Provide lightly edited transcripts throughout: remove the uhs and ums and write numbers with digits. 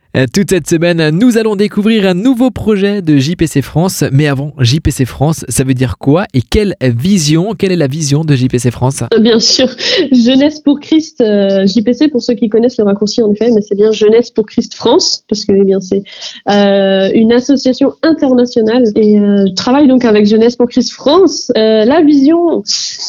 Toute cette semaine, nous allons découvrir un nouveau projet de JPC France. Mais avant, JPC France, ça veut dire quoi et quelle est la vision de JPC France? Bien sûr, Jeunesse pour Christ, JPC, pour ceux qui connaissent le raccourci en effet, mais c'est bien Jeunesse pour Christ France, parce que c'est une association internationale et je travaille donc avec Jeunesse pour Christ France. La vision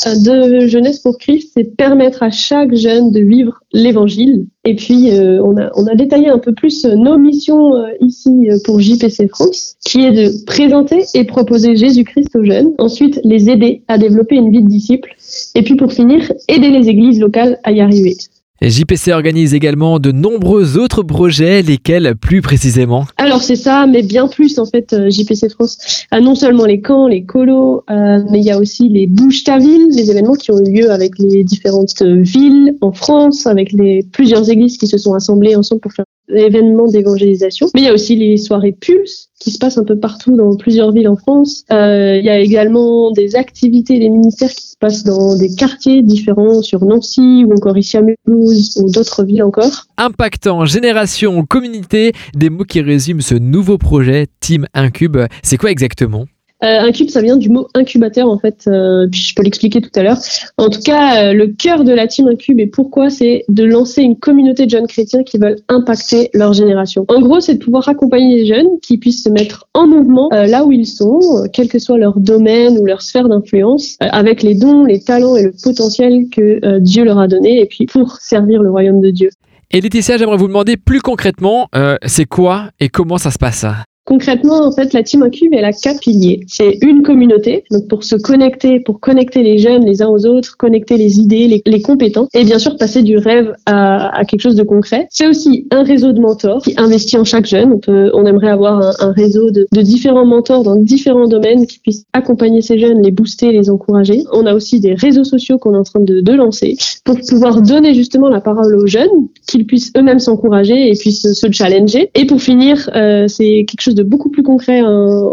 de Jeunesse pour Christ, c'est permettre à chaque jeune de vivre l'évangile. Et puis, on a détaillé un peu plus nos missions ici pour JPC France, qui est de présenter et proposer Jésus-Christ aux jeunes. Ensuite, les aider à développer une vie de disciple. Et puis, pour finir, aider les églises locales à y arriver. JPC organise également de nombreux autres projets, lesquels plus précisément? Alors c'est ça, mais bien plus en fait. JPC France a non seulement les camps, les colos, mais il y a aussi les Bouge ta ville, les événements qui ont eu lieu avec les différentes villes en France, avec plusieurs églises qui se sont assemblées ensemble pour faire des événements d'évangélisation. Mais il y a aussi les soirées Pulse qui se passent un peu partout dans plusieurs villes en France. Il y a également des activités, des ministères qui se passent dans des quartiers différents sur Nancy ou encore ici à Mulhouse ou d'autres villes encore. Impactant, génération, communauté, des mots qui résument ce nouveau projet Team Incube. C'est quoi exactement? Incube, ça vient du mot incubateur en fait, puis je peux l'expliquer tout à l'heure. En tout cas, le cœur de la team Incube et pourquoi, c'est de lancer une communauté de jeunes chrétiens qui veulent impacter leur génération. En gros, c'est de pouvoir accompagner les jeunes qui puissent se mettre en mouvement là où ils sont, quel que soit leur domaine ou leur sphère d'influence, avec les dons, les talents et le potentiel que Dieu leur a donné, et puis pour servir le royaume de Dieu. Et Laetitia, j'aimerais vous demander plus concrètement, c'est quoi et comment ça se passe? Concrètement, en fait, la Team Incube, elle a 4 piliers. C'est une communauté, donc pour se connecter, pour connecter les jeunes les uns aux autres, connecter les idées, les compétences, et bien sûr passer du rêve à quelque chose de concret. C'est aussi un réseau de mentors qui investit en chaque jeune. On aimerait avoir un réseau de différents mentors dans différents domaines qui puissent accompagner ces jeunes, les booster, les encourager. On a aussi des réseaux sociaux qu'on est en train de lancer pour pouvoir donner justement la parole aux jeunes, qu'ils puissent eux-mêmes s'encourager et puissent se challenger. Et pour finir, c'est quelque chose de beaucoup plus concret. On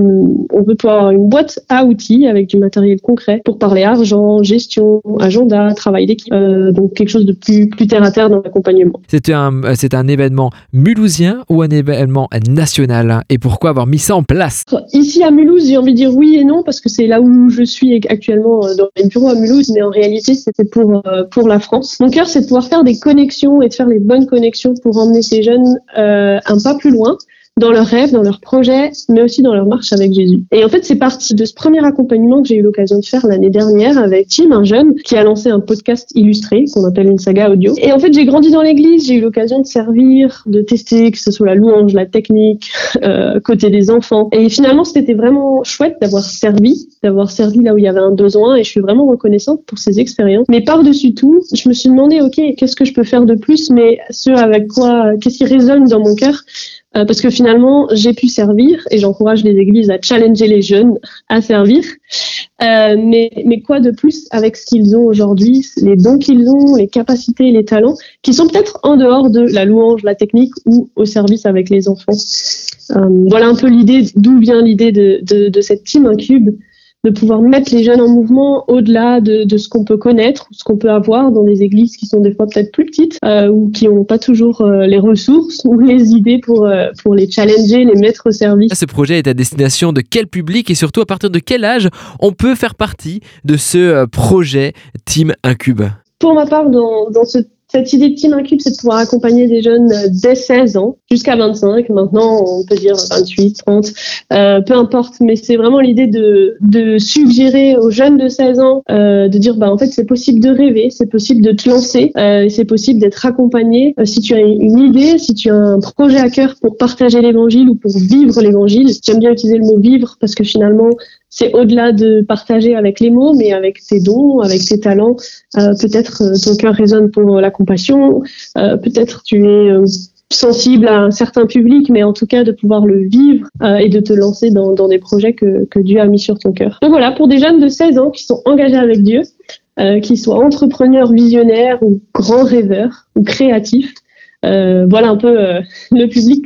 peut pouvoir avoir une boîte à outils avec du matériel concret pour parler argent, gestion, agenda, travail d'équipe. Donc quelque chose de plus terre à terre dans l'accompagnement. C'est un événement mulhousien ou un événement national? Et pourquoi avoir mis ça en place? Ici à Mulhouse, j'ai envie de dire oui et non, parce que c'est là où je suis actuellement dans les bureaux à Mulhouse, mais en réalité c'était pour la France. Mon cœur, c'est de pouvoir faire des connexions et de faire les bonnes connexions pour emmener ces jeunes un pas plus loin dans leurs rêves, dans leurs projets, mais aussi dans leur marche avec Jésus. Et en fait, c'est parti de ce premier accompagnement que j'ai eu l'occasion de faire l'année dernière avec Tim, un jeune qui a lancé un podcast illustré qu'on appelle une saga audio. Et en fait, j'ai grandi dans l'église, j'ai eu l'occasion de servir, de tester, que ce soit la louange, la technique, côté des enfants. Et finalement, c'était vraiment chouette d'avoir servi là où il y avait un besoin, et je suis vraiment reconnaissante pour ces expériences. Mais par-dessus tout, je me suis demandé, ok, qu'est-ce que je peux faire de plus, mais qu'est-ce qui résonne dans mon cœur? Parce que finalement, j'ai pu servir et j'encourage les églises à challenger les jeunes à servir. Mais quoi de plus avec ce qu'ils ont aujourd'hui, les dons qu'ils ont, les capacités, les talents, qui sont peut-être en dehors de la louange, la technique ou au service avec les enfants. Voilà un peu d'où vient l'idée de cette Team Incube, de pouvoir mettre les jeunes en mouvement au-delà de ce qu'on peut connaître, ce qu'on peut avoir dans des églises qui sont des fois peut-être plus petites ou qui n'ont pas toujours les ressources ou les idées pour les challenger, les mettre au service. Ce projet est à destination de quel public et surtout à partir de quel âge on peut faire partie de ce projet Team Incube? Pour ma part, dans cette idée de Team Incube, c'est de pouvoir accompagner des jeunes dès 16 ans jusqu'à 25. Maintenant, on peut dire 28, 30, peu importe. Mais c'est vraiment l'idée de suggérer aux jeunes de 16 ans de dire, en fait, c'est possible de rêver, c'est possible de te lancer, c'est possible d'être accompagné. Si tu as une idée, si tu as un projet à cœur pour partager l'évangile ou pour vivre l'évangile, j'aime bien utiliser le mot vivre parce que finalement, c'est au-delà de partager avec les mots, mais avec tes dons, avec tes talents. Peut-être ton cœur résonne pour la compassion, peut-être tu es sensible à un certain public, mais en tout cas de pouvoir le vivre et de te lancer dans des projets que Dieu a mis sur ton cœur. Donc voilà, pour des jeunes de 16 ans qui sont engagés avec Dieu, qui soient entrepreneurs, visionnaires ou grands rêveurs ou créatifs, voilà un peu le public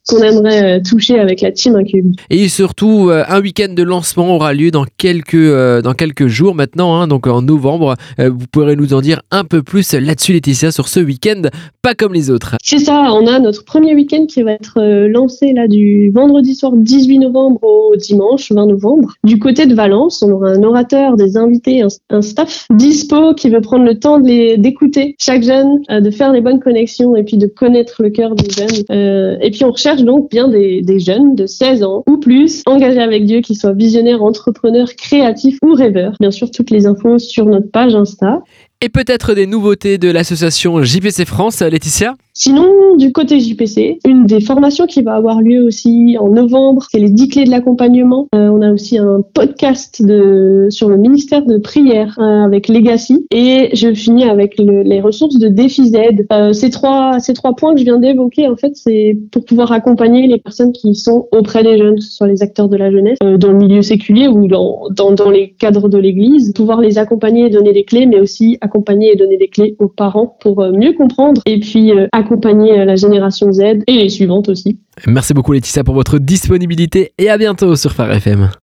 qu'on aimerait toucher avec la team Incube. Et surtout, un week-end de lancement aura lieu dans quelques jours maintenant, hein, donc en novembre. Vous pourrez nous en dire un peu plus là-dessus, Laetitia, sur ce week-end, pas comme les autres. C'est ça, on a notre premier week-end qui va être lancé là du vendredi soir 18 novembre au dimanche 20 novembre. Du côté de Valence, on aura un orateur, des invités, un staff dispo qui veut prendre le temps d'écouter chaque jeune, de faire les bonnes connexions et puis de connaître le cœur des jeunes. Et puis on recherche donc bien des jeunes de 16 ans ou plus, engagés avec Dieu, qui soient visionnaires, entrepreneurs, créatifs ou rêveurs. Bien sûr, toutes les infos sur notre page Insta. Et peut-être des nouveautés de l'association JPC France, Laetitia ? Sinon, du côté JPC, une des formations qui va avoir lieu aussi en novembre, c'est les 10 clés de l'accompagnement. On a aussi un podcast sur le ministère de prière avec Legacy. Et je finis avec les ressources de Défi Z. Ces trois points que je viens d'évoquer, en fait, c'est pour pouvoir accompagner les personnes qui sont auprès des jeunes, que ce soit les acteurs de la jeunesse, dans le milieu séculier ou dans les cadres de l'église, pouvoir les accompagner et donner des clés, mais aussi accompagner et donner des clés aux parents pour mieux comprendre et puis accompagner la génération Z et les suivantes aussi. Merci beaucoup Laetitia pour votre disponibilité et à bientôt sur Phare FM.